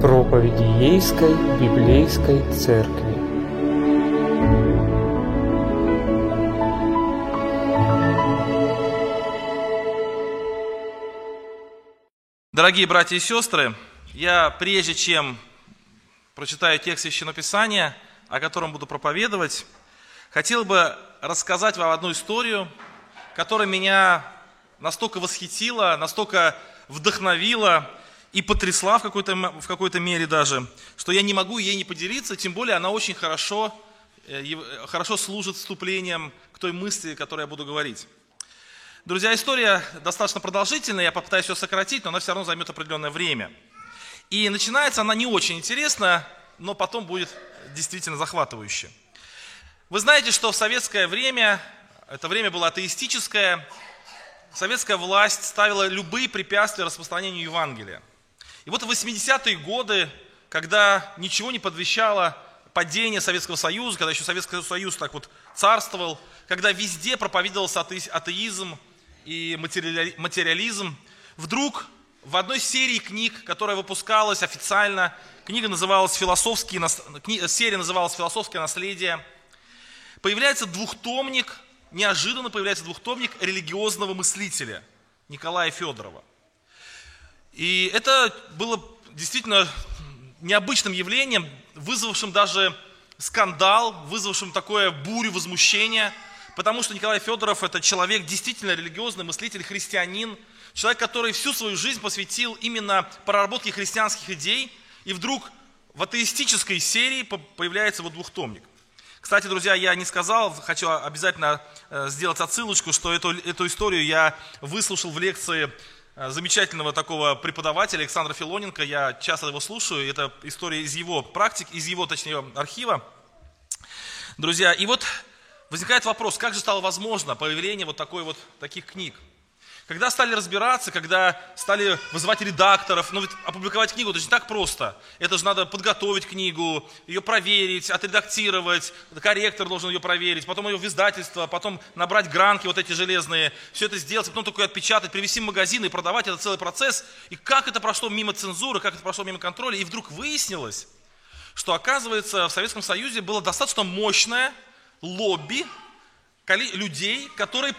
Проповеди Ейской Библейской Церкви. Дорогие братья и сестры, я прежде чем прочитаю текст Священного Писания, о котором буду проповедовать, хотел бы рассказать вам одну историю, которая меня настолько восхитила, настолько вдохновила и потрясла в какой-то мере даже, что я не могу ей не поделиться, тем более она очень хорошо служит вступлением к той мысли, о которой я буду говорить. Друзья, история достаточно продолжительная, я попытаюсь ее сократить, но она все равно займет определенное время. И начинается она не очень интересно, но потом будет действительно захватывающе. Вы знаете, что в советское время, это время было атеистическое, советская власть ставила любые препятствия распространению Евангелия. И вот в 80-е годы, когда ничего не предвещало падение Советского Союза, когда еще Советский Союз так вот царствовал, когда везде проповедовался атеизм и материализм, вдруг в одной серии книг, которая выпускалась официально, серия называлась «Философское наследие», неожиданно появляется двухтомник религиозного мыслителя Николая Федорова. И это было действительно необычным явлением, вызвавшим даже скандал, вызвавшим такое бурю возмущения, потому что Николай Федоров – это человек, действительно религиозный мыслитель, христианин, человек, который всю свою жизнь посвятил именно проработке христианских идей, и вдруг в атеистической серии появляется вот двухтомник. Кстати, друзья, я не сказал, хочу обязательно сделать отсылочку, что эту историю я выслушал в лекции замечательного такого преподавателя Александра Филоненко, я часто его слушаю, это история из его практики, точнее, архива. Друзья, и вот возникает вопрос, как же стало возможно появление таких книг? Когда стали разбираться, когда стали вызывать редакторов, ведь опубликовать книгу, это же не так просто. Это же надо подготовить книгу, ее проверить, отредактировать, корректор должен ее проверить, потом ее в издательство, потом набрать гранки вот эти железные, все это сделать, потом только отпечатать, привезти в магазин и продавать, это целый процесс. И как это прошло мимо цензуры, как это прошло мимо контроля, и вдруг выяснилось, что, оказывается, в Советском Союзе было достаточно мощное лобби людей, которые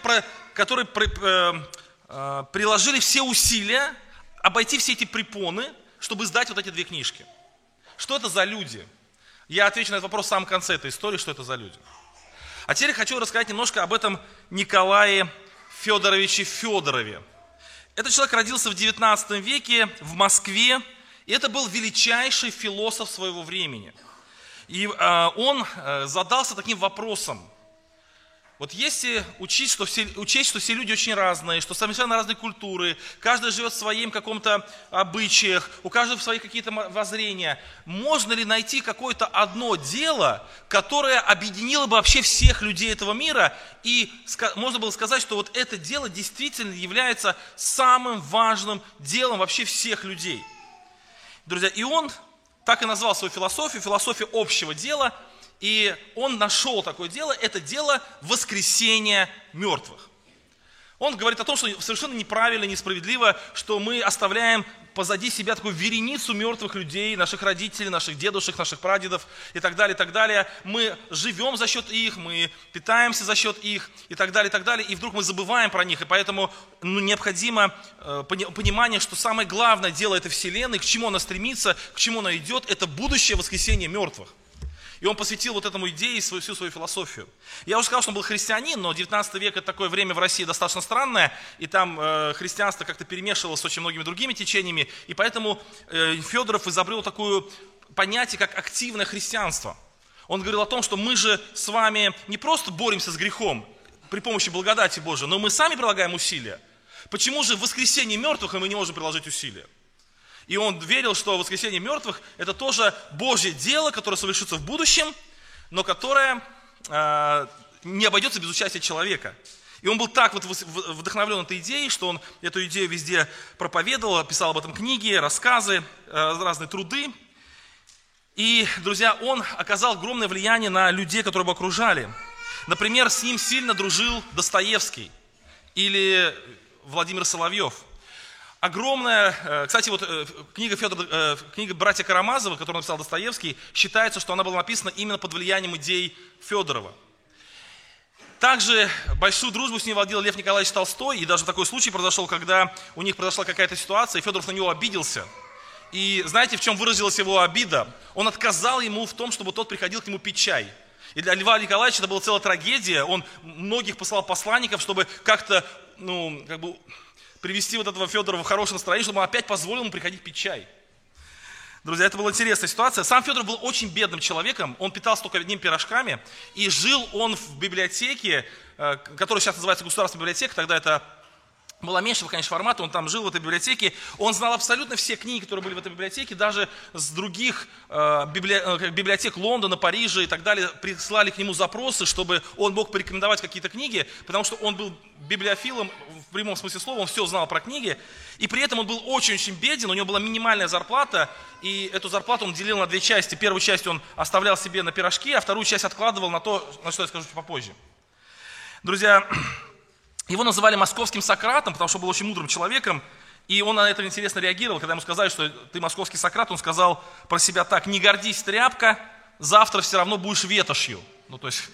приложили все усилия обойти все эти препоны, чтобы издать вот эти две книжки. Что это за люди? Я отвечу на этот вопрос в самом конце этой истории, что это за люди. А теперь хочу рассказать немножко об этом Николае Федоровиче Федорове. Этот человек родился в 19 веке в Москве, и это был величайший философ своего времени. И он задался таким вопросом. Вот если учесть, что все люди очень разные, что совершенно разные культуры, каждый живет в своем каком-то обычаях, у каждого свои какие-то воззрения, можно ли найти какое-то одно дело, которое объединило бы вообще всех людей этого мира, и можно было сказать, что вот это дело действительно является самым важным делом вообще всех людей. Друзья, и он так и назвал свою философию, философия общего дела. И он нашел такое дело, это дело воскресения мертвых. Он говорит о том, что совершенно неправильно, несправедливо, что мы оставляем позади себя такую вереницу мертвых людей, наших родителей, наших дедушек, наших прадедов и так далее, и так далее. Мы живем за счет их, мы питаемся за счет их и так далее, и так далее. И вдруг мы забываем про них, и поэтому необходимо понимание, что самое главное дело этой вселенной, к чему она стремится, к чему она идет, это будущее воскресение мертвых. И он посвятил вот этому идее всю свою философию. Я уже сказал, что он был христианин, но 19 век – это такое время в России достаточно странное, и там христианство как-то перемешивалось с очень многими другими течениями, и поэтому Федоров изобрел такое понятие, как активное христианство. Он говорил о том, что мы же с вами не просто боремся с грехом при помощи благодати Божией, но мы сами прилагаем усилия. Почему же в воскресении мертвых мы не можем приложить усилия? И он верил, что воскресение мертвых – это тоже Божье дело, которое совершится в будущем, но которое не обойдется без участия человека. И он был так вот вдохновлен этой идеей, что он эту идею везде проповедовал, писал об этом книги, рассказы, разные труды. И, друзья, он оказал огромное влияние на людей, которые его окружали. Например, с ним сильно дружил Достоевский или Владимир Соловьев. Огромная, кстати, вот книга «Братья Карамазовы», которую написал Достоевский, считается, что она была написана именно под влиянием идей Федорова. Также большую дружбу с ним водил Лев Николаевич Толстой, и даже такой случай произошел, когда у них произошла какая-то ситуация, и Федоров на него обиделся. И знаете, в чем выразилась его обида? Он отказал ему в том, чтобы тот приходил к нему пить чай. И для Льва Николаевича это была целая трагедия. Он многих послал посланников, чтобы как-то, привести вот этого Федорова в хорошее настроение, чтобы он опять позволил ему приходить пить чай. Друзья, это была интересная ситуация. Сам Федоров был очень бедным человеком, он питался только одними пирожками, и жил он в библиотеке, которая сейчас называется Государственная библиотека, тогда это была меньшего, конечно, формата, он там жил в этой библиотеке, он знал абсолютно все книги, которые были в этой библиотеке, даже с других библиотек Лондона, Парижа и так далее, прислали к нему запросы, чтобы он мог порекомендовать какие-то книги, потому что он был библиофилом в прямом смысле слова, он все знал про книги, и при этом он был очень-очень беден, у него была минимальная зарплата, и эту зарплату он делил на две части. Первую часть он оставлял себе на пирожки, а вторую часть откладывал на то, на что я скажу чуть попозже. Друзья, его называли московским Сократом, потому что был очень мудрым человеком, и он на это интересно реагировал. Когда ему сказали, что ты московский Сократ, он сказал про себя так: не гордись, тряпка, завтра все равно будешь ветошью. То есть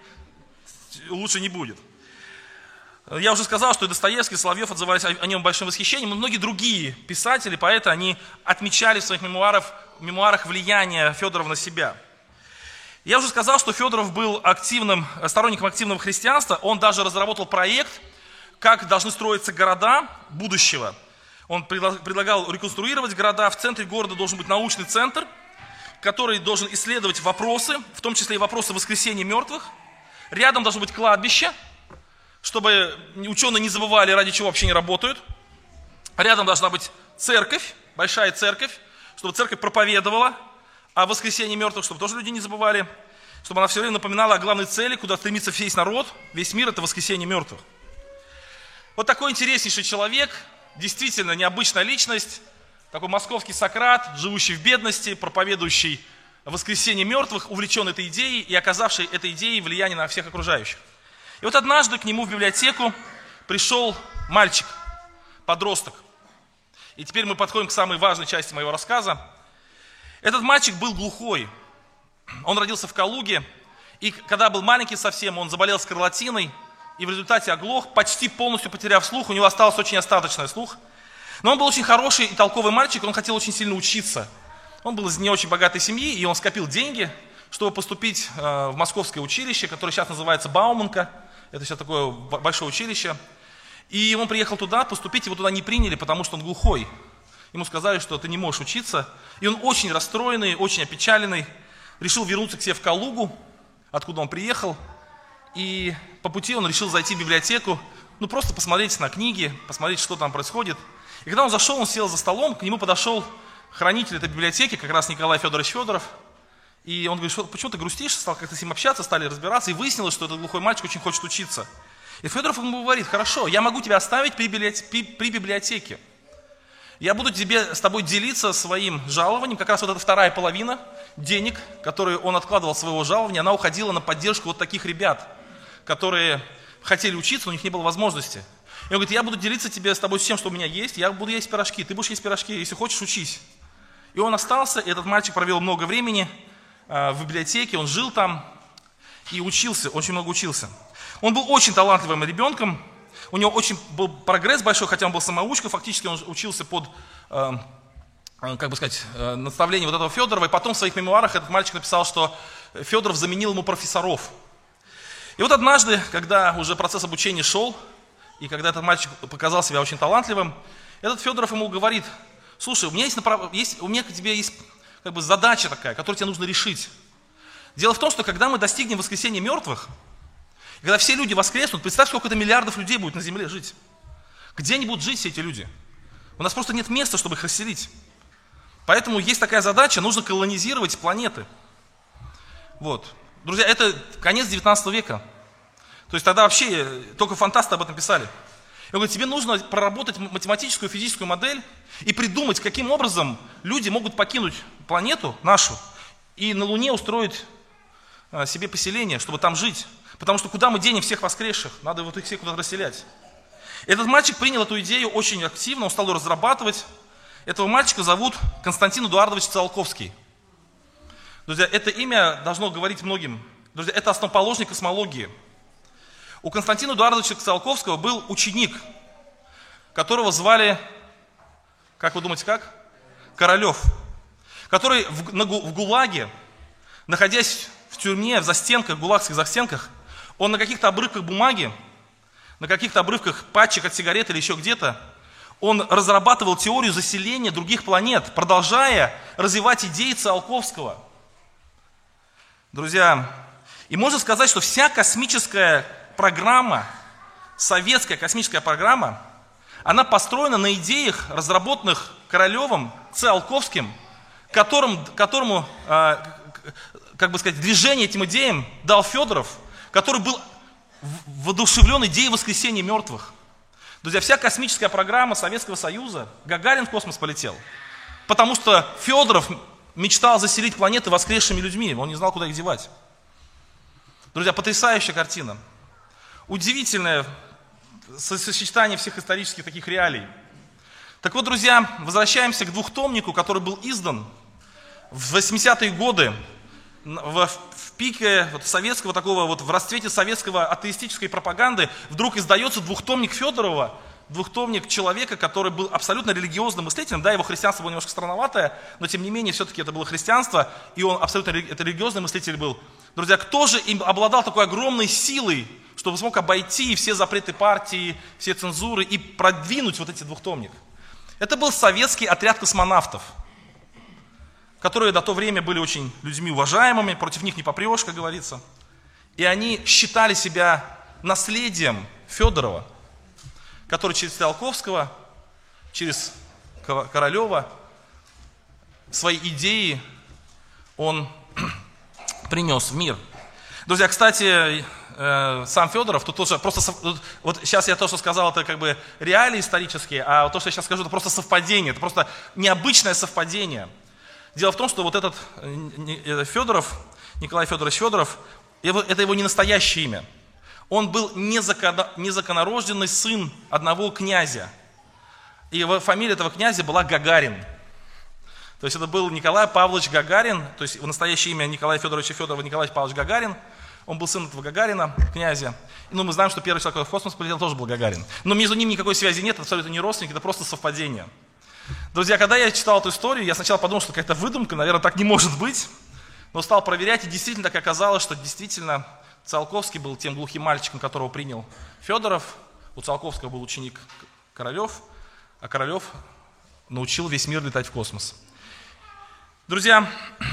лучше не будет. Я уже сказал, что и Достоевский, и Соловьев отзывались о нем большим восхищением, но многие другие писатели, поэты, они отмечали в своих мемуарах влияние Федорова на себя. Я уже сказал, что Федоров был сторонником активного христианства, он даже разработал проект, как должны строиться города будущего. Он предлагал реконструировать города, в центре города должен быть научный центр, который должен исследовать вопросы, в том числе и вопросы воскресения мертвых. Рядом должно быть кладбище, чтобы ученые не забывали, ради чего вообще не работают. Рядом должна быть церковь, большая церковь, чтобы церковь проповедовала о воскресении мертвых, чтобы тоже люди не забывали, чтобы она все время напоминала о главной цели, куда стремится весь народ, весь мир, это воскресение мертвых. Вот такой интереснейший человек, действительно необычная личность, такой московский Сократ, живущий в бедности, проповедующий воскресение мертвых, увлечен этой идеей и оказавший этой идеей влияние на всех окружающих. И вот однажды к нему в библиотеку пришел мальчик, подросток. И теперь мы подходим к самой важной части моего рассказа. Этот мальчик был глухой. Он родился в Калуге, и когда был маленький совсем, он заболел скарлатиной, и в результате оглох, почти полностью потеряв слух, у него остался очень остаточный слух. Но он был очень хороший и толковый мальчик, он хотел очень сильно учиться. Он был из не очень богатой семьи, и он скопил деньги, чтобы поступить в московское училище, которое сейчас называется Бауманка. Это сейчас такое большое училище. И он приехал туда поступить, его туда не приняли, потому что он глухой. Ему сказали, что ты не можешь учиться. И он очень расстроенный, очень опечаленный, решил вернуться к себе в Калугу, откуда он приехал. И по пути он решил зайти в библиотеку, просто посмотреть на книги, посмотреть, что там происходит. И когда он зашел, он сел за столом, к нему подошел хранитель этой библиотеки, как раз Николай Федорович Федоров. И он говорит, почему ты грустишь, стал как-то с ним общаться, стали разбираться, и выяснилось, что этот глухой мальчик очень хочет учиться. И Федоров ему говорит: хорошо, я могу тебя оставить при библиотеке. Я буду с тобой делиться своим жалованием, как раз вот эта вторая половина денег, которые он откладывал от своего жалования, она уходила на поддержку вот таких ребят, которые хотели учиться, но у них не было возможности. И он говорит: я буду делиться с тобой всем, что у меня есть, я буду есть пирожки, ты будешь есть пирожки, если хочешь, учись. И он остался, и этот мальчик провел много времени в библиотеке, он жил там и учился, очень много учился. Он был очень талантливым ребенком, у него очень был прогресс большой, хотя он был самоучка, фактически он учился под, наставлением вот этого Федорова, и потом в своих мемуарах этот мальчик написал, что Федоров заменил ему профессоров. И вот однажды, когда уже процесс обучения шел, и когда этот мальчик показал себя очень талантливым, этот Федоров ему говорит: слушай, у меня к тебе есть задача такая, которую тебе нужно решить. Дело в том, что когда мы достигнем воскресения мертвых, когда все люди воскреснут, представь, сколько это миллиардов людей будет на земле жить. Где они будут жить, все эти люди? У нас просто нет места, чтобы их расселить. Поэтому есть такая задача, нужно колонизировать планеты. Вот. Друзья, это конец 19 века. То есть тогда вообще только фантасты об этом писали. И он говорит, тебе нужно проработать математическую, физическую модель и придумать, каким образом люди могут покинуть планету нашу и на Луне устроить себе поселение, чтобы там жить. Потому что куда мы денем всех воскресших? Надо вот их всех куда-то расселять. Этот мальчик принял эту идею очень активно, он стал ее разрабатывать. Этого мальчика зовут Константин Эдуардович Циолковский. Друзья, это имя должно говорить многим. Друзья, это основоположник космологии. У Константина Эдуардовича Циолковского был ученик, которого звали, как вы думаете, как? Королев. Который в ГУЛАГе, находясь в тюрьме, в застенках, в гулагских застенках, он на каких-то обрывках бумаги, на каких-то обрывках пачек от сигарет или еще где-то, он разрабатывал теорию заселения других планет, продолжая развивать идеи Циолковского. Друзья, и можно сказать, что вся космическая программа, советская космическая программа, она построена на идеях, разработанных Королевым, Циолковским, которому, как бы сказать, движение этим идеям дал Федоров, который был воодушевлен идеей воскресения мертвых. Друзья, вся космическая программа Советского Союза, Гагарин в космос полетел, потому что Федоров мечтал заселить планеты воскресшими людьми, он не знал, куда их девать. Друзья, потрясающая картина, удивительное сочетание всех исторических таких реалий. Так вот, друзья, возвращаемся к двухтомнику, который был издан в 80-е годы, в пике советского такого, в расцвете советского атеистической пропаганды, вдруг издается двухтомник Федорова, двухтомник человека, который был абсолютно религиозным мыслителем, да, его христианство было немножко странноватое, но тем не менее, все-таки это было христианство, и он абсолютно религиозный мыслитель был. Друзья, кто же им обладал такой огромной силой, чтобы смог обойти все запреты партии, все цензуры и продвинуть вот эти двухтомник? Это был советский отряд космонавтов, которые до то время были очень людьми уважаемыми, против них не попрешь, как говорится. И они считали себя наследием Федорова, который через Циолковского, через Королева свои идеи он принес в мир. Друзья, кстати, сам Федоров, тут тоже просто, вот сейчас я то, что сказал, это как бы реалии исторические, а то, что я сейчас скажу, это просто совпадение, это просто необычное совпадение. Дело в том, что вот этот Федоров, Николай Федорович Федоров, это его не настоящее имя. Он был незаконнорожденный сын одного князя. И фамилия этого князя была Гагарин. То есть это был Николай Павлович Гагарин, то есть настоящее имя Николая Федоровича Федорова Николай Павлович Гагарин. Он был сын этого Гагарина, князя. И мы знаем, что первый человек, который в космос полетел, тоже был Гагарин. Но между ними никакой связи нет, это абсолютно не родственники, это просто совпадение. Друзья, когда я читал эту историю, я сначала подумал, что какая-то выдумка, наверное, так не может быть. Но стал проверять, и действительно так оказалось, что действительно Циолковский был тем глухим мальчиком, которого принял Федоров. У Циолковского был ученик Королев, а Королев научил весь мир летать в космос. Друзья,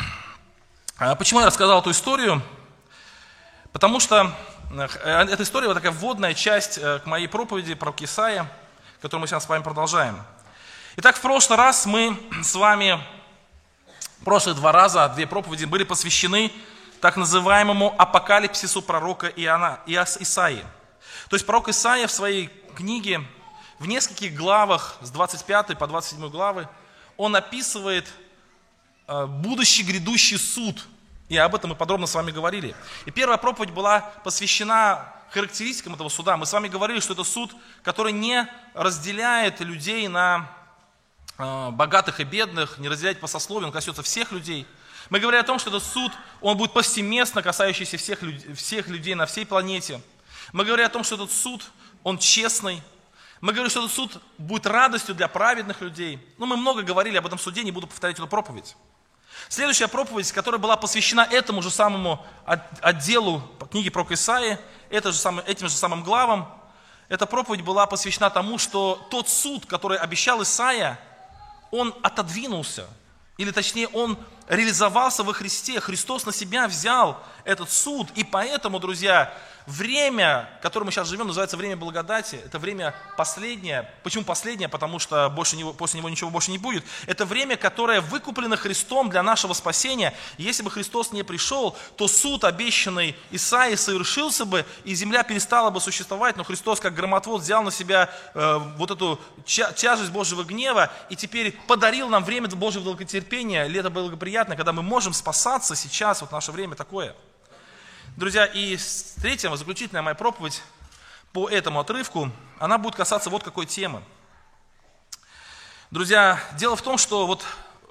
почему я рассказал эту историю? Потому что эта история вот такая вводная часть к моей проповеди про Исаия, которую мы сейчас с вами продолжаем. Итак, в прошлый раз мы с вами, прошлые два раза, две проповеди были посвящены так называемому апокалипсису пророка Исаии. То есть пророк Исаия в своей книге в нескольких главах, с 25 по 27 главы, он описывает будущий грядущий суд. И об этом мы подробно с вами говорили. И первая проповедь была посвящена характеристикам этого суда. Мы с вами говорили, что это суд, который не разделяет людей на богатых и бедных, не разделяет по сословиям, он коснется всех людей. Мы говорили о том, что этот суд, он будет повсеместно касающийся всех людей на всей планете. Мы говорили о том, что этот суд, он честный. Мы говорили, что этот суд будет радостью для праведных людей. Но мы много говорили об этом суде, не буду повторять эту проповедь. Следующая проповедь, которая была посвящена этому же самому отделу книги пророка Исаии, этим же самым главам, эта проповедь была посвящена тому, что тот суд, который обещал Исаия, он отодвинулся, или точнее он реализовался во Христе. Христос на себя взял этот суд, и поэтому, друзья, время, в котором мы сейчас живем, называется время благодати. Это время последнее. Почему последнее? Потому что после него ничего больше не будет. Это время, которое выкуплено Христом для нашего спасения. И если бы Христос не пришел, то суд, обещанный Исаии, совершился бы, и земля перестала бы существовать. Но Христос, как громотвод, взял на себя вот эту тяжесть Божьего гнева и теперь подарил нам время Божьего долготерпения. Лето благоприятно, когда мы можем спасаться сейчас, вот наше время такое. Друзья, и третья, заключительная моя проповедь по этому отрывку, она будет касаться вот какой темы. Друзья, дело в том, что вот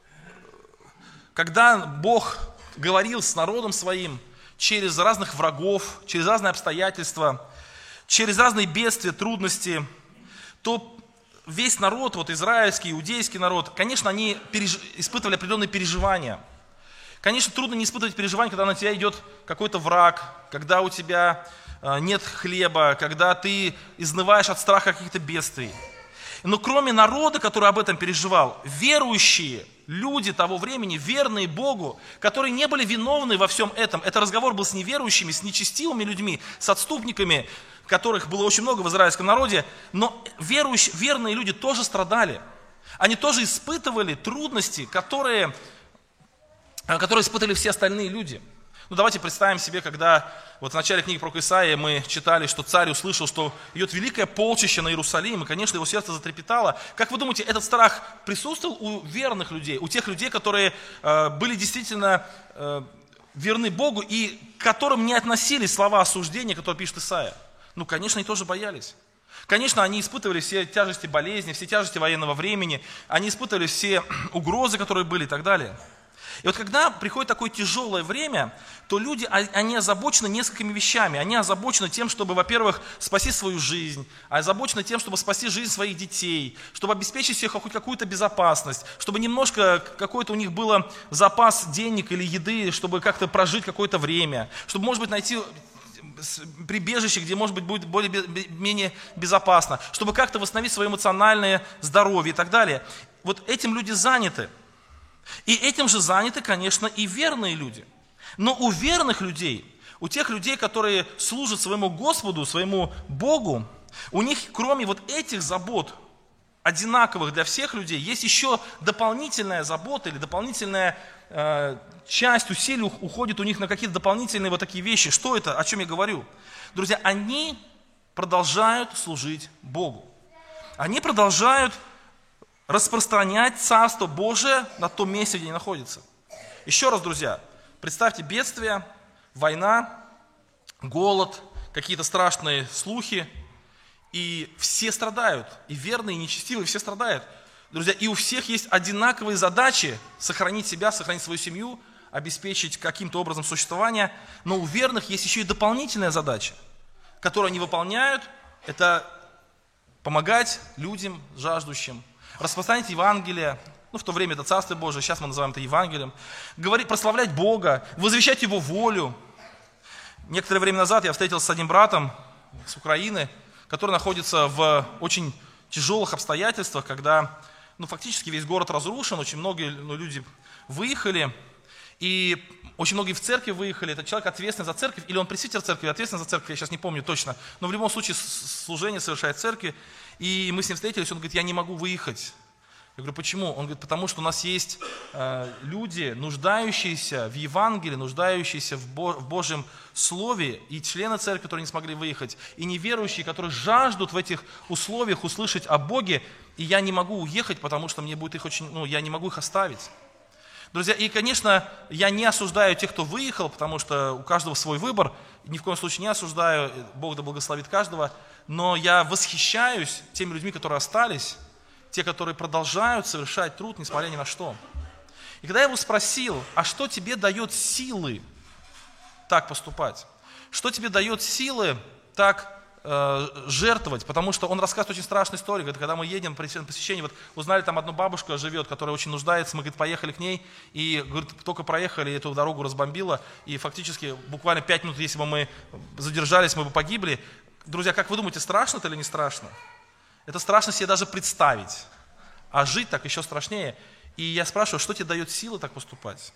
когда Бог говорил с народом своим через разных врагов, через разные обстоятельства, через разные бедствия, трудности, то весь народ, вот израильский, иудейский народ, конечно, они испытывали определенные переживания. Конечно, трудно не испытывать переживания, когда на тебя идет какой-то враг, когда у тебя нет хлеба, когда ты изнываешь от страха каких-то бедствий. Но кроме народа, который об этом переживал, верующие люди того времени, верные Богу, которые не были виновны во всем этом. Это разговор был с неверующими, с нечестивыми людьми, с отступниками, которых было очень много в израильском народе. Но верные люди тоже страдали. Они тоже испытывали трудности, которые испытывали все остальные люди. Ну, давайте представим себе, когда вот в начале книги пророка Исаии мы читали, что царь услышал, что идет великое полчище на Иерусалим, и, конечно, его сердце затрепетало. Как вы думаете, этот страх присутствовал у верных людей, у тех людей, которые были действительно верны Богу и к которым не относились слова осуждения, которые пишет Исаия? Ну, конечно, они тоже боялись. Конечно, они испытывали все тяжести болезни, все тяжести военного времени, они испытывали все угрозы, которые были и так далее. И вот когда приходит такое тяжелое время, то люди, они озабочены несколькими вещами. Они озабочены тем, чтобы, во-первых, спасти свою жизнь, озабочены тем, чтобы спасти жизнь своих детей, чтобы обеспечить себе хоть какую-то безопасность, чтобы немножко какой-то у них был запас денег или еды, чтобы как-то прожить какое-то время, чтобы, может быть, найти прибежище, где, может быть, будет более-менее безопасно, чтобы как-то восстановить свое эмоциональное здоровье и так далее. Вот этим люди заняты. И этим же заняты, конечно, и верные люди. Но у верных людей, у тех людей, которые служат своему Господу, своему Богу, у них, кроме вот этих забот, одинаковых для всех людей, есть еще дополнительная забота или дополнительная часть усилий уходит у них на какие-то дополнительные вот такие вещи. Что это? О чем я говорю? Друзья, они продолжают служить Богу. Они продолжают распространять Царство Божие на том месте, где они находятся. Еще раз, друзья, представьте бедствие, война, голод, какие-то страшные слухи, и все страдают, и верные, и нечестивые, все страдают. Друзья, и у всех есть одинаковые задачи сохранить себя, сохранить свою семью, обеспечить каким-то образом существование, но у верных есть еще и дополнительная задача, которую они выполняют, это помогать людям жаждущим, распространять Евангелие, в то время это Царство Божие, сейчас мы называем это Евангелием, прославлять Бога, возвещать Его волю. Некоторое время назад я встретился с одним братом с Украины, который находится в очень тяжелых обстоятельствах, когда фактически весь город разрушен, очень многие люди выехали, и очень многие в церкви выехали. Это человек ответственный за церковь, или он пресвитер церкви, ответственный за церковь, я сейчас не помню точно, но в любом случае служение совершает в церкви. И мы с ним встретились, он говорит, я не могу выехать. Я говорю, почему? Он говорит, потому что у нас есть люди, нуждающиеся в Евангелии, нуждающиеся в Божьем Слове, и члены церкви, которые не смогли выехать, и неверующие, которые жаждут в этих условиях услышать о Боге, и я не могу уехать, потому что мне будет их я не могу их оставить. Друзья, и, конечно, я не осуждаю тех, кто выехал, потому что у каждого свой выбор, ни в коем случае не осуждаю, Бог да благословит каждого, но я восхищаюсь теми людьми, которые остались, те, которые продолжают совершать труд, несмотря ни на что. И когда я его спросил, а что тебе дает силы так поступать? Что тебе дает силы так жертвовать? Потому что он рассказывает очень страшную историю. Говорит, когда мы едем на посещение, узнали, там одну бабушку живет, которая очень нуждается, мы, говорит, поехали к ней, и, говорит, только проехали, эту дорогу разбомбило, и фактически буквально 5 минут, если бы мы задержались, мы бы погибли. Друзья, как вы думаете, страшно это или не страшно? Это страшно себе даже представить. А жить так еще страшнее. И я спрашиваю, что тебе дает силы так поступать?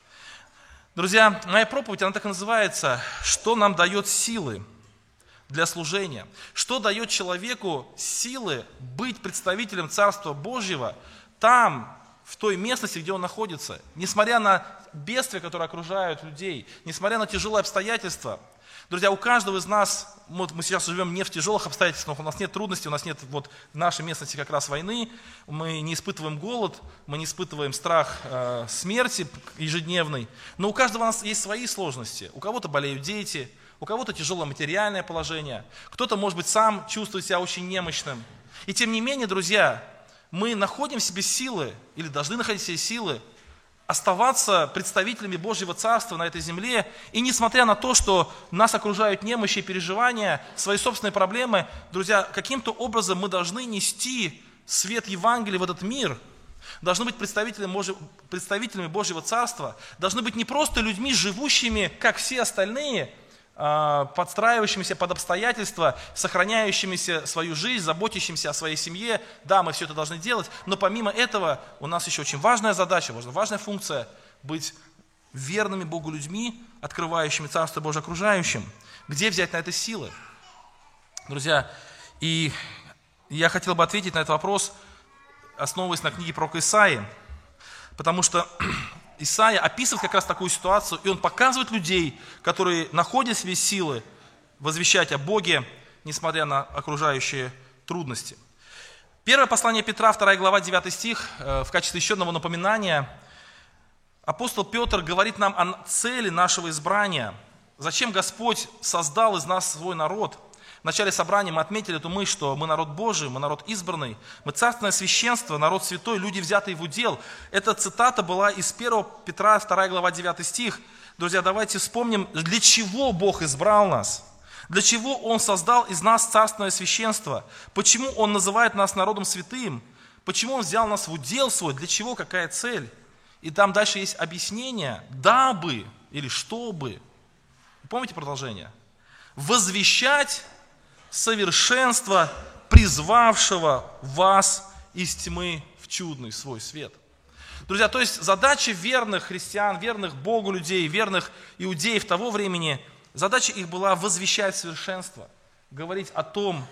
Друзья, моя проповедь, она так и называется, что нам дает силы для служения? Что дает человеку силы быть представителем Царства Божьего там, в той местности, где он находится? Несмотря на бедствия, которые окружают людей, несмотря на тяжелые обстоятельства. Друзья, у каждого из нас, мы сейчас живем не в тяжелых обстоятельствах, у нас нет трудностей, у нас нет в нашей местности как раз войны, мы не испытываем голод, мы не испытываем страх смерти ежедневный, но у каждого у нас есть свои сложности. У кого-то болеют дети, у кого-то тяжелое материальное положение, кто-то, может быть, сам чувствует себя очень немощным. И тем не менее, друзья, мы находим в себе силы, или должны находить в себе силы, оставаться представителями Божьего Царства на этой земле. И несмотря на то, что нас окружают немощи и переживания, свои собственные проблемы, друзья, каким-то образом мы должны нести свет Евангелия в этот мир, должны быть представителями Божьего Царства, должны быть не просто людьми, живущими, как все остальные, подстраивающимися под обстоятельства, сохраняющимися свою жизнь, заботящимися о своей семье. Да, мы все это должны делать, но помимо этого у нас еще очень важная задача, важная функция быть верными Богу людьми, открывающими Царство Божие окружающим. Где взять на это силы? Друзья, и я хотел бы ответить на этот вопрос, основываясь на книге пророка Исаии, потому что Исаия описывает как раз такую ситуацию, и он показывает людей, которые находят в себе силы возвещать о Боге, несмотря на окружающие трудности. Первое послание Петра, 2 глава, 9 стих, в качестве еще одного напоминания, апостол Петр говорит нам о цели нашего избрания. Зачем Господь создал из нас свой народ? В начале собрания мы отметили эту мысль, что мы народ Божий, мы народ избранный, мы царственное священство, народ святой, люди, взятые в удел. Эта цитата была из 1 Петра, 2 глава, 9 стих. Друзья, давайте вспомним, для чего Бог избрал нас, для чего Он создал из нас царственное священство, почему Он называет нас народом святым, почему Он взял нас в удел свой, для чего, какая цель. И там дальше есть объяснение, дабы или чтобы. Помните продолжение? Возвещать совершенство, призвавшего вас из тьмы в чудный свой свет. Друзья, то есть задача верных христиан, верных Богу людей, верных иудеев того времени, задача их была возвещать совершенство, говорить о том,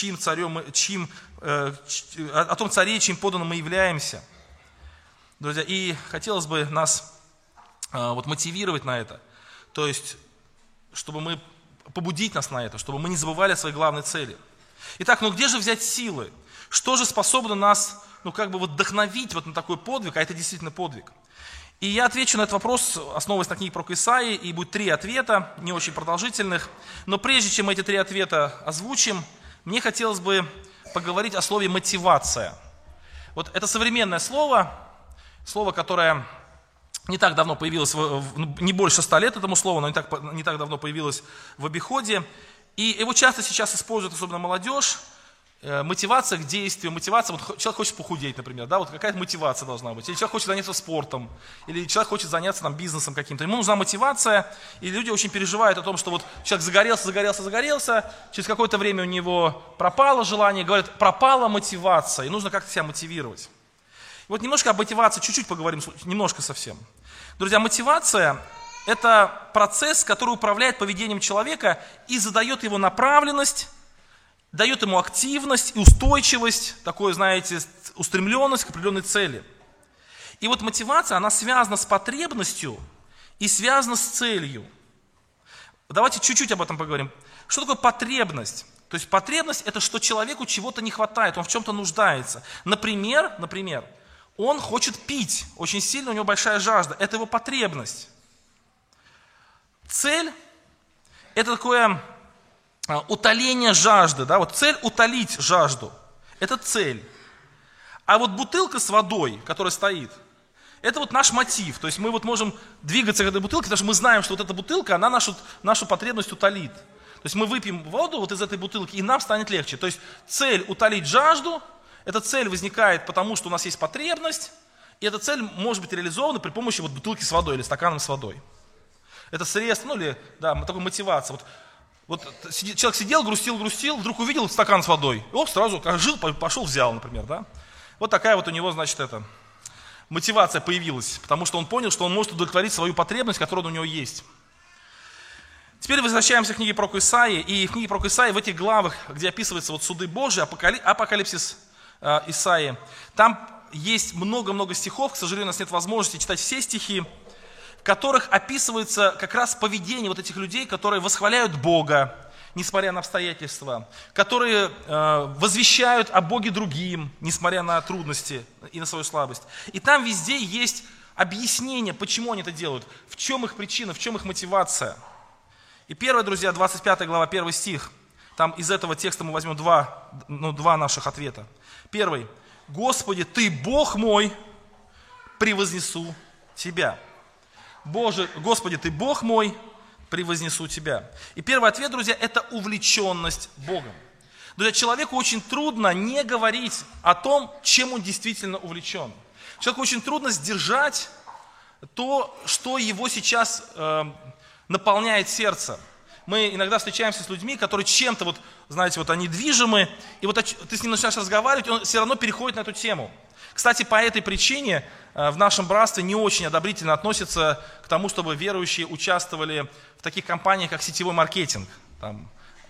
о том царе, чьим подданным мы являемся. Друзья, и хотелось бы нас мотивировать на это, то есть, чтобы мы побудить нас на это, чтобы мы не забывали о своей главной цели. Итак, где же взять силы? Что же способно нас, вдохновить на такой подвиг, а это действительно подвиг? И я отвечу на этот вопрос, основываясь на книге пророка Исаии, и будет 3 ответа, не очень продолжительных. Но прежде чем мы эти 3 ответа озвучим, мне хотелось бы поговорить о слове «мотивация». Вот это современное слово, которое не так давно появилось, не больше 100 лет этому слову, но не так давно появилось в обиходе. И его часто сейчас используют, особенно молодежь. Мотивация к действию, человек хочет похудеть, например, какая-то мотивация должна быть. Или человек хочет заняться спортом, или человек хочет заняться бизнесом каким-то. Ему нужна мотивация, и люди очень переживают о том, что человек загорелся, через какое-то время у него пропало желание, говорят, пропала мотивация, и нужно как-то себя мотивировать. Немножко об мотивации, чуть-чуть поговорим, немножко совсем. Друзья, мотивация – это процесс, который управляет поведением человека и задает его направленность, дает ему активность и устойчивость, устремленность к определенной цели. И мотивация, она связана с потребностью и связана с целью. Давайте чуть-чуть об этом поговорим. Что такое потребность? То есть потребность – это что человеку чего-то не хватает, он в чем-то нуждается. Например, он хочет пить, очень сильно у него большая жажда, это его потребность. Цель – это такое утоление жажды, цель утолить жажду, это цель. А бутылка с водой, которая стоит, это наш мотив, то есть мы можем двигаться к этой бутылке, потому что мы знаем, что эта бутылка, она нашу потребность утолит. То есть мы выпьем воду из этой бутылки, и нам станет легче. То есть цель утолить жажду, эта цель возникает потому, что у нас есть потребность, и эта цель может быть реализована при помощи бутылки с водой или стаканом с водой. Это средство, такая мотивация. Человек сидел, грустил, вдруг увидел стакан с водой, и сразу жил, пошел, взял, например. Такая у него, мотивация появилась, потому что он понял, что он может удовлетворить свою потребность, которая у него есть. Теперь возвращаемся к книге пророка Исаии, и в книге пророка Исаии в этих главах, где описываются суды Божии, апокалипсис Исаии, там есть много-много стихов, к сожалению, у нас нет возможности читать все стихи, в которых описывается как раз поведение этих людей, которые восхваляют Бога, несмотря на обстоятельства, которые возвещают о Боге другим, несмотря на трудности и на свою слабость. И там везде есть объяснение, почему они это делают, в чем их причина, в чем их мотивация. И первое, друзья, 25 глава, 1 стих. Там из этого текста мы возьмем два наших ответа. Первый. Господи, Ты Бог мой, превознесу Тебя. Господи, Ты Бог мой, превознесу Тебя. И первый ответ, друзья, это увлеченность Богом. Друзья, человеку очень трудно не говорить о том, чем он действительно увлечен. Человеку очень трудно сдержать то, что его сейчас наполняет сердце. Мы иногда встречаемся с людьми, которые чем-то, вот, знаете, вот они движимы, и вот ты с ним начинаешь разговаривать, он все равно переходит на эту тему. Кстати, по этой причине в нашем братстве не очень одобрительно относятся к тому, чтобы верующие участвовали в таких компаниях, как сетевой маркетинг. Там,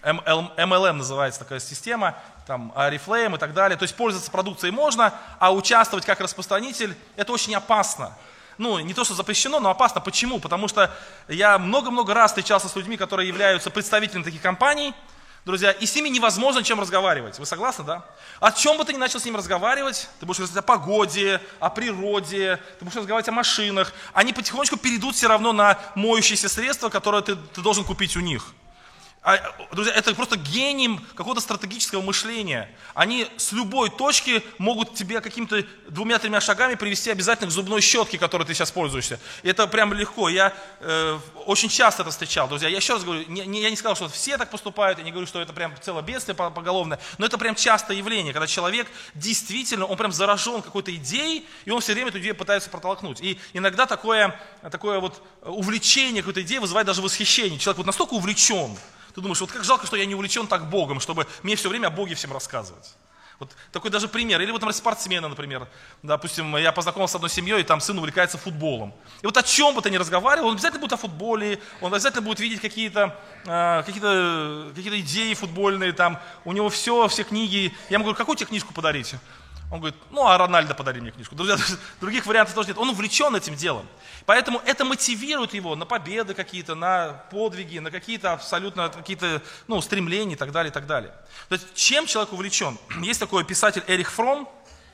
MLM называется такая система, там, Oriflame и так далее. То есть пользоваться продукцией можно, а участвовать как распространитель – это очень опасно. Ну, не то, что запрещено, но опасно. Почему? Потому что я много-много раз встречался с людьми, которые являются представителями таких компаний, друзья, и с ними невозможно чем разговаривать. Вы согласны, да? О чем бы ты ни начал с ними разговаривать, ты будешь разговаривать о погоде, о природе, ты будешь разговаривать о машинах, они потихонечку перейдут все равно на моющиеся средства, которые ты должен купить у них. Друзья, это просто гений какого-то стратегического мышления. Они с любой точки могут тебе какими-то 2-3 шагами привести обязательно к зубной щетке, которой ты сейчас пользуешься. И это прям легко. Я очень часто это встречал, друзья. Я еще раз говорю, я не сказал, что все так поступают, я не говорю, что это прям целое бедствие поголовное, но это прям частое явление, когда человек действительно, он прям заражен какой-то идеей, и он все время эту идею пытается протолкнуть. И иногда такое вот увлечение какой-то идеей вызывает даже восхищение. Человек вот настолько увлечен. Ты думаешь, вот как жалко, что я не увлечен так Богом, чтобы мне все время о Боге всем рассказывать. Вот такой даже пример. Или вот, например, спортсмены, например. Допустим, я познакомился с одной семьей, и там сын увлекается футболом. И вот о чем бы ты ни разговаривал, он обязательно будет о футболе, он обязательно будет видеть какие-то идеи футбольные, там, у него все книги. Я ему говорю, какую тебе книжку подарить? Он говорит, а Рональдо подари мне книжку. Друзья, других вариантов тоже нет. Он увлечен этим делом. Поэтому это мотивирует его на победы какие-то, на подвиги, на какие-то абсолютно стремления и так далее, и так далее. То есть, чем человек увлечен? Есть такой писатель Эрих Фром,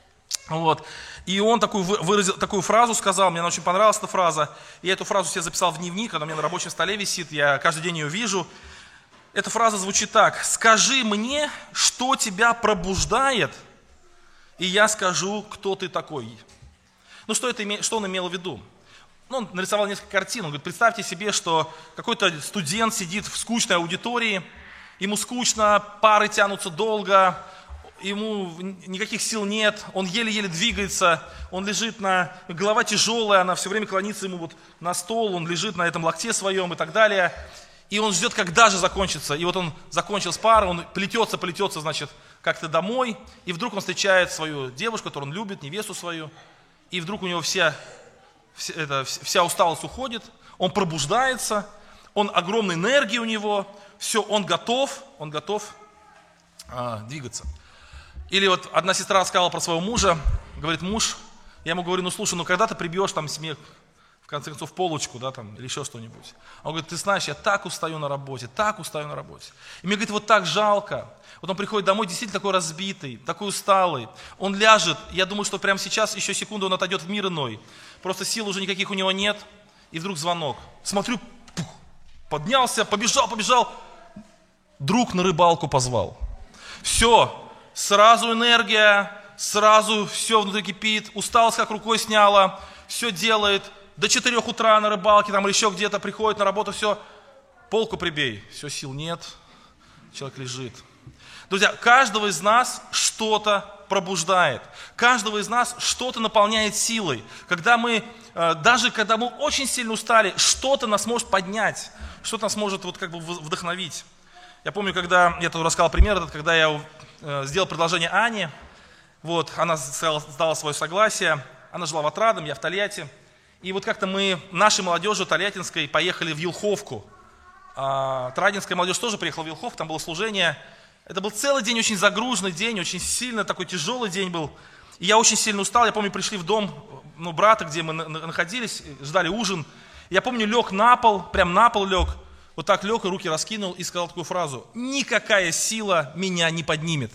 и он выразил такую фразу, сказал, мне она очень понравилась, эта фраза. И я эту фразу себе записал в дневник, она у меня на рабочем столе висит, я каждый день ее вижу. Эта фраза звучит так: «Скажи мне, что тебя пробуждает, и я скажу, кто ты такой». Что он имел в виду? Он нарисовал несколько картин. Он говорит, представьте себе, что какой-то студент сидит в скучной аудитории, ему скучно, пары тянутся долго, ему никаких сил нет, он еле-еле двигается, он лежит голова тяжелая, она все время клонится ему на стол, он лежит на этом локте своем и так далее. И он ждет, когда же закончится. И вот он закончил с парой, он плетется, значит, как-то домой, и вдруг он встречает свою девушку, которую он любит, невесту свою, и вдруг у него вся усталость уходит, он пробуждается, огромная энергия у него, все, он готов двигаться. Или вот одна сестра рассказала про своего мужа, говорит, муж, я ему говорю, слушай, когда ты прибьешь там себе, в конце концов, полочку, да, там, или еще что-нибудь. Он говорит, ты знаешь, я так устаю на работе. И мне, говорит, вот так жалко. Вот он приходит домой действительно такой разбитый, такой усталый. Он ляжет, я думаю, что прямо сейчас, еще секунду, он отойдет в мир иной. Просто сил уже никаких у него нет. И вдруг звонок. Смотрю, поднялся, побежал. Друг на рыбалку позвал. Все, сразу энергия, сразу все внутри кипит, усталость как рукой сняла, все делает. До 4 утра на рыбалке там, или еще где-то приходит на работу, все, полку прибей. Все, сил нет, человек лежит. Друзья, каждого из нас что-то пробуждает. Каждого из нас что-то наполняет силой. Даже когда мы очень сильно устали, что-то нас может поднять, что-то нас может вдохновить. Я помню, когда, я тут рассказал пример, когда я сделал предложение Ане, она дала свое согласие, она жила в Отрадном, я в Тольятти. И как-то мы, нашей молодежью тольяттинской, поехали в Вилховку. Отрадненская молодежь тоже приехала в Вилховку, там было служение. Это был целый день, очень загруженный день, очень сильно такой тяжелый день был. И я очень сильно устал. Я помню, пришли в дом брата, где мы находились, ждали ужин. Я помню, лег на пол, прям на пол лег. Вот так лег и руки раскинул и сказал такую фразу: «Никакая сила меня не поднимет».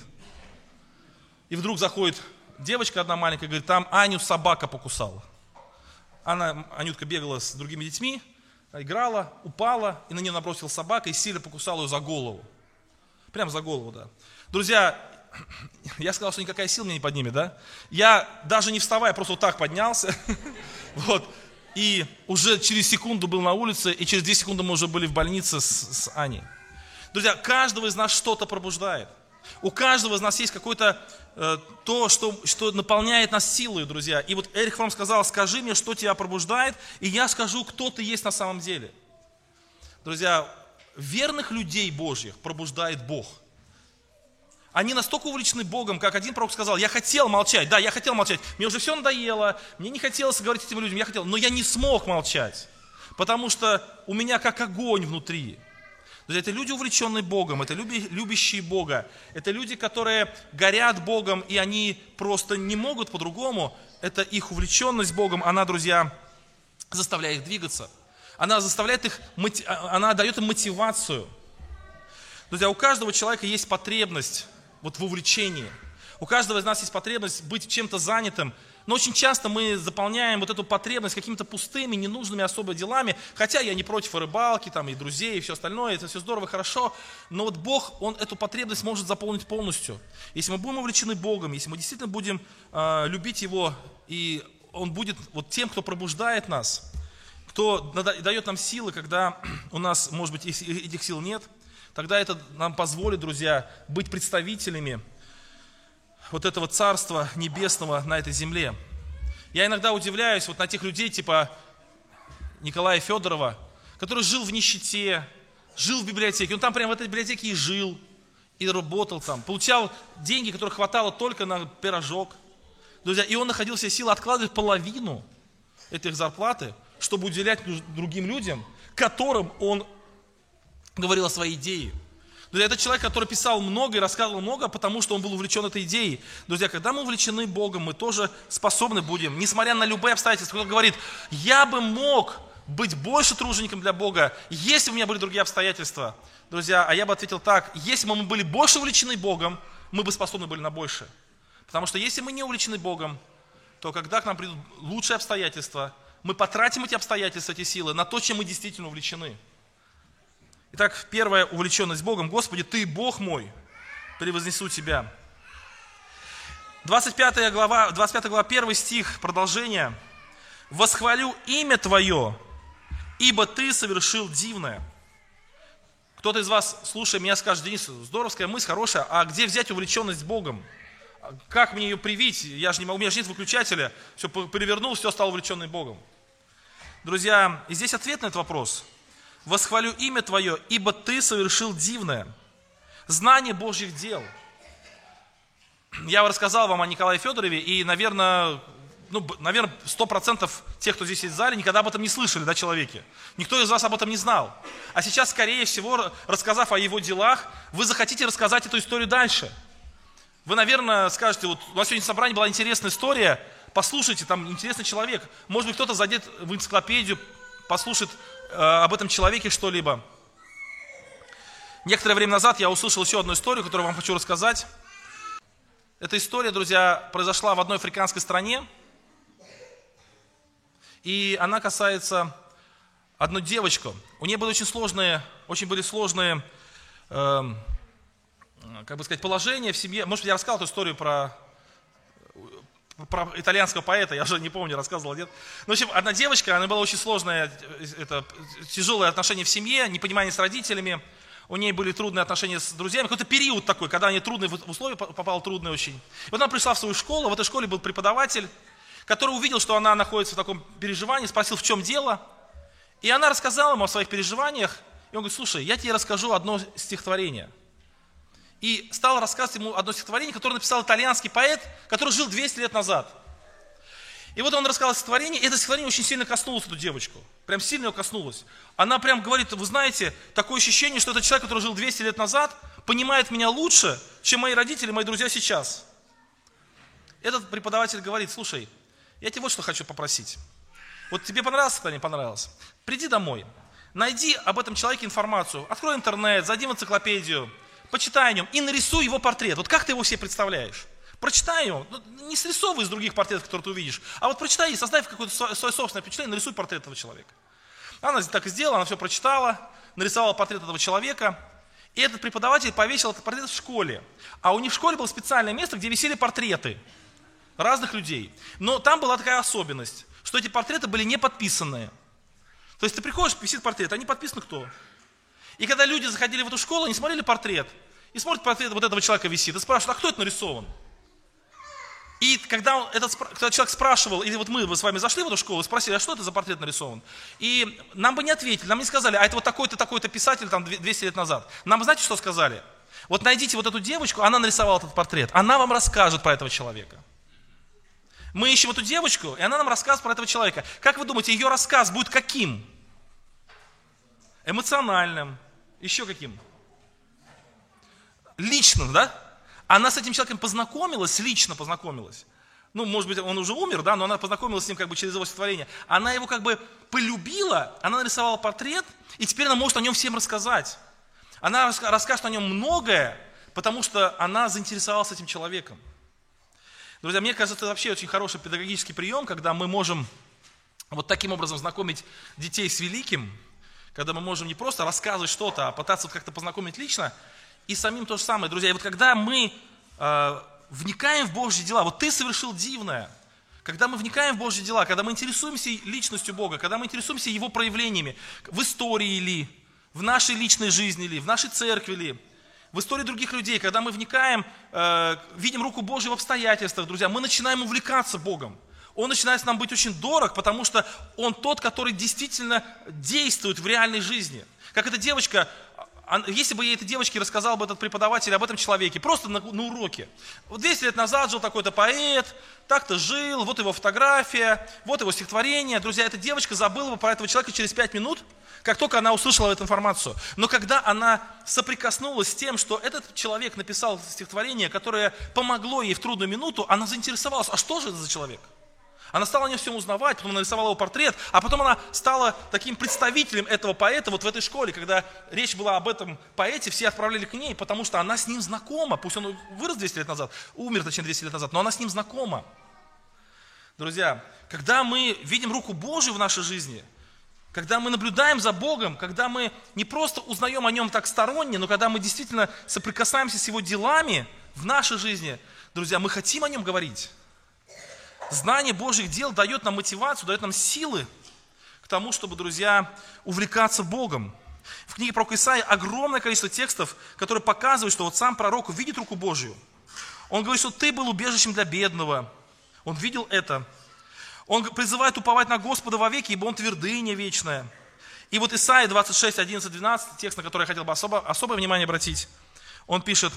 И вдруг заходит девочка одна маленькая, говорит, там Аню собака покусала. Анютка бегала с другими детьми, играла, упала, и на нее набросилась собака и сильно покусала ее за голову. Прям за голову, да. Друзья, я сказал, что никакая сила меня не поднимет, да? Я даже не вставая, просто вот так поднялся. Вот. И уже через секунду был на улице, и через 2 секунды мы уже были в больнице с Аней. Друзья, каждого из нас что-то пробуждает. У каждого из нас есть какое-то то, что наполняет нас силой, друзья. И вот Эрих Фром сказал: скажи мне, что тебя пробуждает, и я скажу, кто ты есть на самом деле. Друзья, верных людей Божьих пробуждает Бог. Они настолько увлечены Богом, как один пророк сказал: я хотел молчать, да, я хотел молчать, мне уже все надоело, мне не хотелось говорить этим людям, но я не смог молчать, потому что у меня как огонь внутри. Друзья, это люди, увлеченные Богом, это любящие Бога, это люди, которые горят Богом, и они просто не могут по-другому. Это их увлеченность Богом, она, друзья, заставляет их двигаться. Она заставляет их, она дает им мотивацию. Друзья, у каждого человека есть потребность вот в увлечении. У каждого из нас есть потребность быть чем-то занятым. Но очень часто мы заполняем вот эту потребность какими-то пустыми, ненужными особо делами. Хотя я не против и рыбалки, там, и друзей, и все остальное. Это все здорово, хорошо. Но вот Бог, Он эту потребность может заполнить полностью. Если мы будем увлечены Богом, если мы действительно будем любить Его, и Он будет вот тем, кто пробуждает нас, кто дает нам силы, когда у нас, может быть, этих сил нет, тогда это нам позволит, друзья, быть представителями вот этого Царства Небесного на этой земле. Я иногда удивляюсь вот на тех людей, типа Николая Федорова, который жил в нищете, жил в библиотеке. Он там прямо в этой библиотеке и жил, и работал там. Получал деньги, которых хватало только на пирожок. Друзья, и он находил в себе силы откладывать половину этой зарплаты, чтобы уделять другим людям, которым он говорил о своей идее. Друзья, это человек, который писал много и рассказывал много, потому что он был увлечен этой идеей. Друзья, когда мы увлечены Богом, мы тоже способны будем, несмотря на любые обстоятельства. Кто-то говорит: я бы мог быть больше тружеником для Бога, если бы у меня были другие обстоятельства. Друзья, а я бы ответил так: если бы мы были больше увлечены Богом, мы бы способны были на больше. Потому что если мы не увлечены Богом, то когда к нам придут лучшие обстоятельства, мы потратим эти обстоятельства, эти силы на то, чем мы действительно увлечены. Итак, первая увлеченность Богом. Господи, Ты Бог мой, превознесу Тебя. 25 глава, 1 стих, продолжение. «Восхвалю имя Твое, ибо Ты совершил дивное». Кто-то из вас, слушая меня, скажет: Денис, здоровская мысль, хорошая, а где взять увлеченность Богом? Как мне ее привить? У меня же нет выключателя, все перевернул, все стало увлеченным Богом. Друзья, и здесь ответ на этот вопрос. «Восхвалю имя Твое, ибо Ты совершил дивное». Знание Божьих дел. Я рассказал вам о Николае Федорове, и, наверное, 100% тех, кто здесь есть в зале, никогда об этом не слышали, да, человеке. Никто из вас об этом не знал. А сейчас, скорее всего, рассказав о его делах, вы захотите рассказать эту историю дальше. Вы, наверное, скажете: вот у нас сегодня собрание была интересная история, послушайте, там интересный человек. Может быть, кто-то зайдет в энциклопедию, послушает об этом человеке что-либо. Некоторое время назад я услышал еще одну историю, которую вам хочу рассказать. Эта история, друзья, произошла в одной африканской стране. И она касается одной девочки. У нее были очень сложные, положения в семье. Может быть, я рассказал эту историю про итальянского поэта, я уже не помню, рассказывал, нет. В общем, одна девочка, она была очень сложная, тяжелые отношения в семье, непонимание с родителями, у нее были трудные отношения с друзьями, какой-то период такой, когда она в условия попала трудные очень. И вот она пришла в свою школу, в этой школе был преподаватель, который увидел, что она находится в таком переживании, спросил, в чем дело, и она рассказала ему о своих переживаниях, и он говорит: слушай, я тебе расскажу одно стихотворение. И стал рассказывать ему одно стихотворение, которое написал итальянский поэт, который жил 200 лет назад. И вот он рассказал стихотворение, и это стихотворение очень сильно коснулось эту девочку. Прям сильно ее коснулось. Она прям говорит: вы знаете, такое ощущение, что этот человек, который жил 200 лет назад, понимает меня лучше, чем мои родители, мои друзья сейчас. Этот преподаватель говорит: слушай, я тебе вот что хочу попросить. Вот тебе понравилось стихотворение? Понравилось. Приди домой, найди об этом человеке информацию, открой интернет, зайди в энциклопедию, почитай о нем и нарисуй его портрет. Вот как ты его себе представляешь? Прочитай его, не срисовывай из других портретов, которые ты увидишь, а вот прочитай и составь какое-то свое собственное впечатление, нарисуй портрет этого человека. Она так и сделала, она все прочитала, нарисовала портрет этого человека. И этот преподаватель повесил этот портрет в школе. А у них в школе было специальное место, где висели портреты разных людей. Но там была такая особенность, что эти портреты были не подписанные. То есть ты приходишь, висит портрет, а не подписано кто. И когда люди заходили в эту школу, они смотрели портрет. И смотрят, портрет вот этого человека висит. И спрашивают, а кто это нарисован? И когда этот человек спрашивал, или вот мы с вами зашли в эту школу и спросили, а что это за портрет нарисован? И нам бы не ответили, нам не сказали, а это вот такой-то, такой-то писатель там 200 лет назад. Нам, знаете, что сказали? Вот найдите вот эту девочку, она нарисовала этот портрет, она вам расскажет про этого человека. Мы ищем эту девочку, и она нам рассказывает про этого человека. Как вы думаете, ее рассказ будет каким? Эмоциональным. Еще каким? Личным, да? Она с этим человеком познакомилась, лично познакомилась. Ну, может быть, он уже умер, да, но она познакомилась с ним как бы через его стихотворение. Она его как бы полюбила, она нарисовала портрет, и теперь она может о нем всем рассказать. Она расскажет о нем многое, потому что она заинтересовалась этим человеком. Друзья, мне кажется, это вообще очень хороший педагогический прием, когда мы можем вот таким образом знакомить детей с великим, когда мы можем не просто рассказывать что-то, а пытаться как-то познакомить лично, и самим то же самое, друзья. И вот когда мы вникаем в Божьи дела, вот ты совершил дивное, когда мы вникаем в Божьи дела, когда мы интересуемся личностью Бога, когда мы интересуемся Его проявлениями, в истории ли, в нашей личной жизни ли, в нашей церкви ли, в истории других людей, когда мы вникаем, видим руку Божью в обстоятельствах, друзья, мы начинаем увлекаться Богом. Он начинает нам быть очень дорог, потому что Он тот, который действительно действует в реальной жизни. Как эта девочка, если бы ей этой девочке рассказал бы этот преподаватель об этом человеке, просто на уроке. Вот 200 лет назад жил такой-то поэт, так-то жил, вот его фотография, вот его стихотворение. Друзья, эта девочка забыла бы про этого человека через 5 минут, как только она услышала эту информацию. Но когда она соприкоснулась с тем, что этот человек написал стихотворение, которое помогло ей в трудную минуту, она заинтересовалась, а что же это за человек? Она стала о нем всем узнавать, потом нарисовала его портрет, а потом она стала таким представителем этого поэта вот в этой школе. Когда речь была об этом поэте, все отправляли к ней, потому что она с ним знакома. Пусть он вырос 200 лет назад, умер, точнее, 200 лет назад, но она с ним знакома. Друзья, когда мы видим руку Божию в нашей жизни, когда мы наблюдаем за Богом, когда мы не просто узнаем о Нем так сторонне, но когда мы действительно соприкасаемся с Его делами в нашей жизни, друзья, мы хотим о Нем говорить. Знание Божьих дел дает нам мотивацию, дает нам силы к тому, чтобы, друзья, увлекаться Богом. В книге пророка Исаии огромное количество текстов, которые показывают, что вот сам пророк видит руку Божью. Он говорит, что ты был убежищем для бедного. Он видел это. Он призывает уповать на Господа вовеки, ибо Он твердыня вечная. И вот Исаия 26, 11, 12, текст, на который я хотел бы особое внимание обратить, он пишет,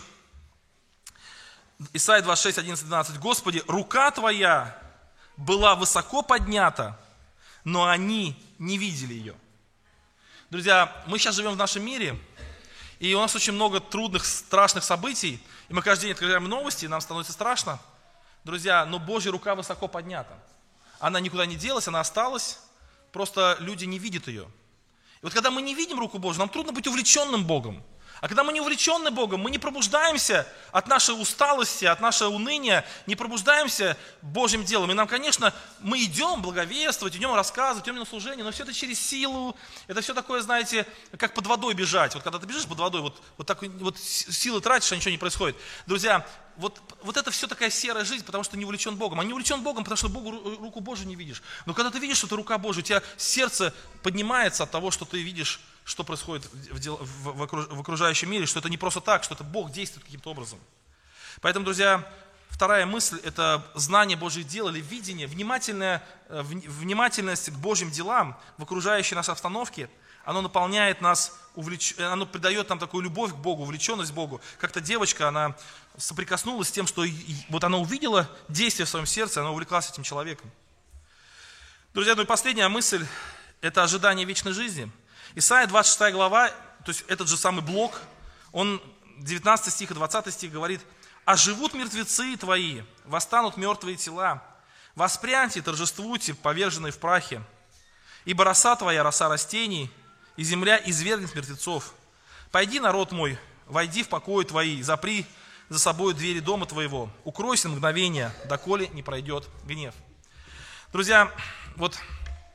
Исайя 26, 11, 12. «Господи, рука Твоя была высоко поднята, но они не видели ее». Друзья, мы сейчас живем в нашем мире, и у нас очень много трудных, страшных событий, и мы каждый день открываем новости, и нам становится страшно. Друзья, но Божья рука высоко поднята. Она никуда не делась, она осталась, просто люди не видят ее. И вот когда мы не видим руку Божью, нам трудно быть увлеченным Богом. А когда мы не увлечены Богом, мы не пробуждаемся от нашей усталости, от нашего уныния, не пробуждаемся Божьим делом. И нам, конечно, мы идем благовествовать, идем рассказывать, идем на служение, но все это через силу. Это все такое, знаете, как под водой бежать. Вот когда ты бежишь под водой, вот так вот силы тратишь, а ничего не происходит. Друзья, вот это все такая серая жизнь, потому что не увлечен Богом. А не увлечен Богом, потому что руку Божию не видишь. Но когда ты видишь, что это рука Божия, у тебя сердце поднимается от того, что ты видишь, что происходит в окружающем мире, что это не просто так, что это Бог действует каким-то образом. Поэтому, друзья, вторая мысль – это знание Божьих дел или видение, внимательность к Божьим делам в окружающей нас обстановке. Оно наполняет нас, оно придает нам такую любовь к Богу, увлеченность к Богу. Как-то девочка, она соприкоснулась с тем, что вот она увидела действие в своем сердце, она увлеклась этим человеком. Друзья, ну и последняя мысль – это ожидание вечной жизни. Исайя 26 глава, то есть этот же самый блок, он 19 стих и 20 стих говорит: «А живут мертвецы твои, восстанут мертвые тела, воспряньте, торжествуйте, поверженные в прахе, ибо роса твоя, роса растений, и земля извергнет мертвецов. Пойди, народ мой, войди в покои твои, запри за собой двери дома твоего, укройся на мгновение, доколе не пройдет гнев». Друзья, вот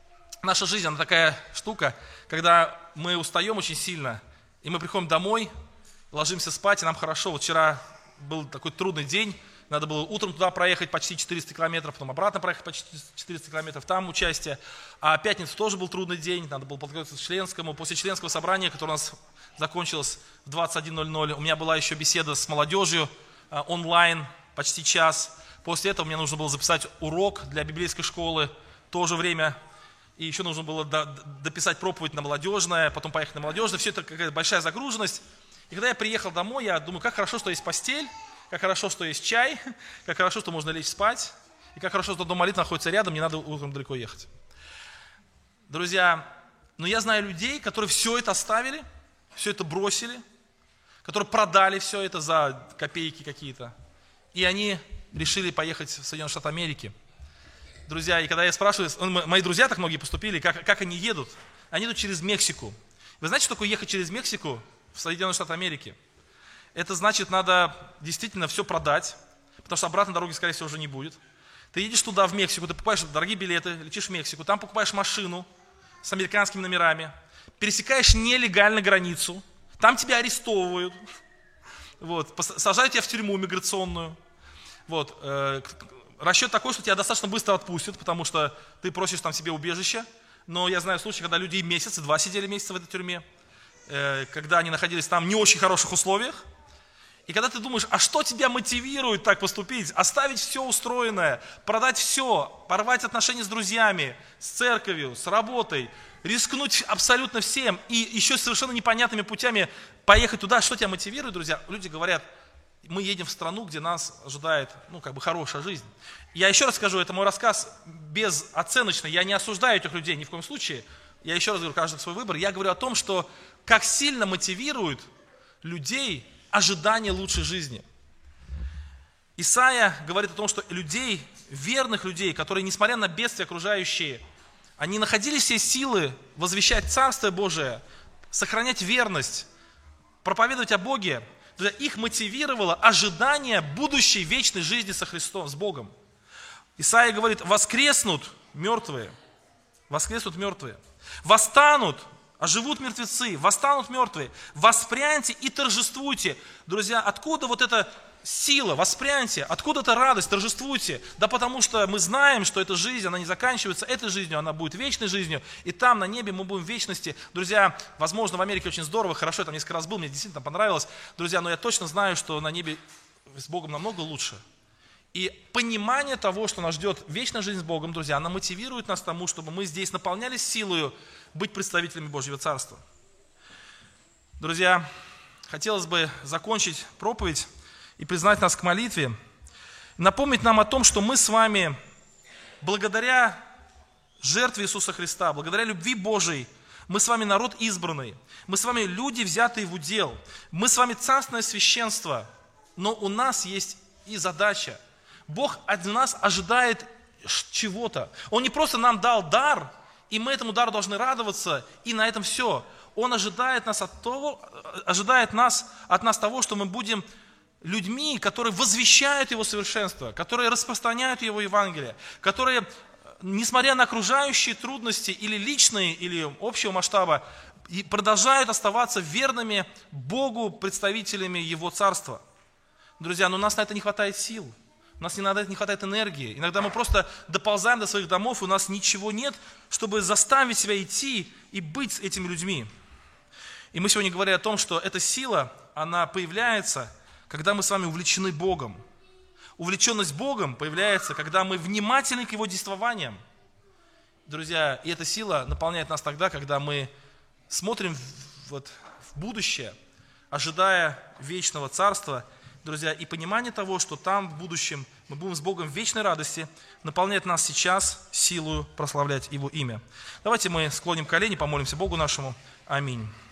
наша жизнь, она такая штука, когда мы устаем очень сильно, и мы приходим домой, ложимся спать, и нам хорошо. Вот вчера был такой трудный день, надо было утром туда проехать почти 400 километров, потом обратно проехать почти 400 километров, там участие. А пятница тоже был трудный день, надо было подготовиться к членскому. После членского собрания, которое у нас закончилось в 21:00, у меня была еще беседа с молодежью онлайн, почти час. После этого мне нужно было записать урок для библейской школы, тоже время. И еще нужно было дописать проповедь на молодежное, потом поехать на молодежное. Все это какая-то большая загруженность. И когда я приехал домой, я думаю, как хорошо, что есть постель, как хорошо, что есть чай, как хорошо, что можно лечь спать, и как хорошо, что дом молитвы находится рядом, не надо утром далеко ехать. Друзья, но я знаю людей, которые все это оставили, все это бросили, которые продали все это за копейки какие-то, и они решили поехать в Соединенные Штаты Америки. Друзья, и когда я спрашиваю, мои друзья так многие поступили, как они едут? Они идут через Мексику. Вы знаете, что такое ехать через Мексику в Соединенные Штаты Америки? Это значит, надо действительно все продать, потому что обратной дороги, скорее всего, уже не будет. Ты едешь туда, в Мексику, ты покупаешь дорогие билеты, летишь в Мексику, там покупаешь машину с американскими номерами, пересекаешь нелегально границу, там тебя арестовывают, вот, сажают тебя в тюрьму миграционную. Вот, расчет такой, что тебя достаточно быстро отпустят, потому что ты просишь там себе убежище. Но я знаю случаи, когда люди месяц, 2 сидели месяца в этой тюрьме, когда они находились там в не очень хороших условиях. И когда ты думаешь, а что тебя мотивирует так поступить? Оставить все устроенное, продать все, порвать отношения с друзьями, с церковью, с работой, рискнуть абсолютно всем и еще совершенно непонятными путями поехать туда. Что тебя мотивирует, друзья? Люди говорят, мы едем в страну, где нас ожидает, хорошая жизнь. Я еще раз скажу, это мой рассказ безоценочный, я не осуждаю этих людей ни в коем случае. Я еще раз говорю, каждый свой выбор. Я говорю о том, что как сильно мотивирует людей ожидание лучшей жизни. Исайя говорит о том, что людей, верных людей, которые, несмотря на бедствия окружающие, они находили все силы возвещать Царствие Божие, сохранять верность, проповедовать о Боге. Их мотивировало ожидание будущей вечной жизни со Христом, с Богом. Исайя говорит, воскреснут мертвые, восстанут, оживут мертвецы, восстанут мертвые, воспряньте и торжествуйте. Друзья, откуда вот эта сила, воспряньте, откуда эта радость, торжествуйте? Да потому что мы знаем, что эта жизнь, она не заканчивается этой жизнью, она будет вечной жизнью, и там на небе мы будем в вечности. Друзья, возможно, в Америке очень здорово, хорошо, я там несколько раз был, мне действительно понравилось, друзья, но я точно знаю, что на небе с Богом намного лучше. И понимание того, что нас ждет вечная жизнь с Богом, друзья, она мотивирует нас тому, чтобы мы здесь наполнялись силою быть представителями Божьего Царства. Друзья, хотелось бы закончить проповедь и призвать нас к молитве, напомнить нам о том, что мы с вами, благодаря жертве Иисуса Христа, благодаря любви Божией, мы с вами народ избранный, мы с вами люди, взятые в удел, мы с вами царственное священство, но у нас есть и задача. Бог от нас ожидает чего-то. Он не просто нам дал дар, и мы этому дару должны радоваться, и на этом все. Он ожидает нас от нас того, что мы будем людьми, которые возвещают Его совершенство, которые распространяют Его Евангелие, которые, несмотря на окружающие трудности, или личные, или общего масштаба, продолжают оставаться верными Богу, представителями Его Царства. Друзья, но у нас на это не хватает сил. У нас иногда не хватает энергии. Иногда мы просто доползаем до своих домов, и у нас ничего нет, чтобы заставить себя идти и быть с этими людьми. И мы сегодня говорили о том, что эта сила, она появляется, когда мы с вами увлечены Богом. Увлеченность Богом появляется, когда мы внимательны к Его действованиям. Друзья, и эта сила наполняет нас тогда, когда мы смотрим в будущее, ожидая вечного Царства, друзья, и понимание того, что там в будущем мы будем с Богом в вечной радости, наполняет нас сейчас силою прославлять Его имя. Давайте мы склоним колени, помолимся Богу нашему. Аминь.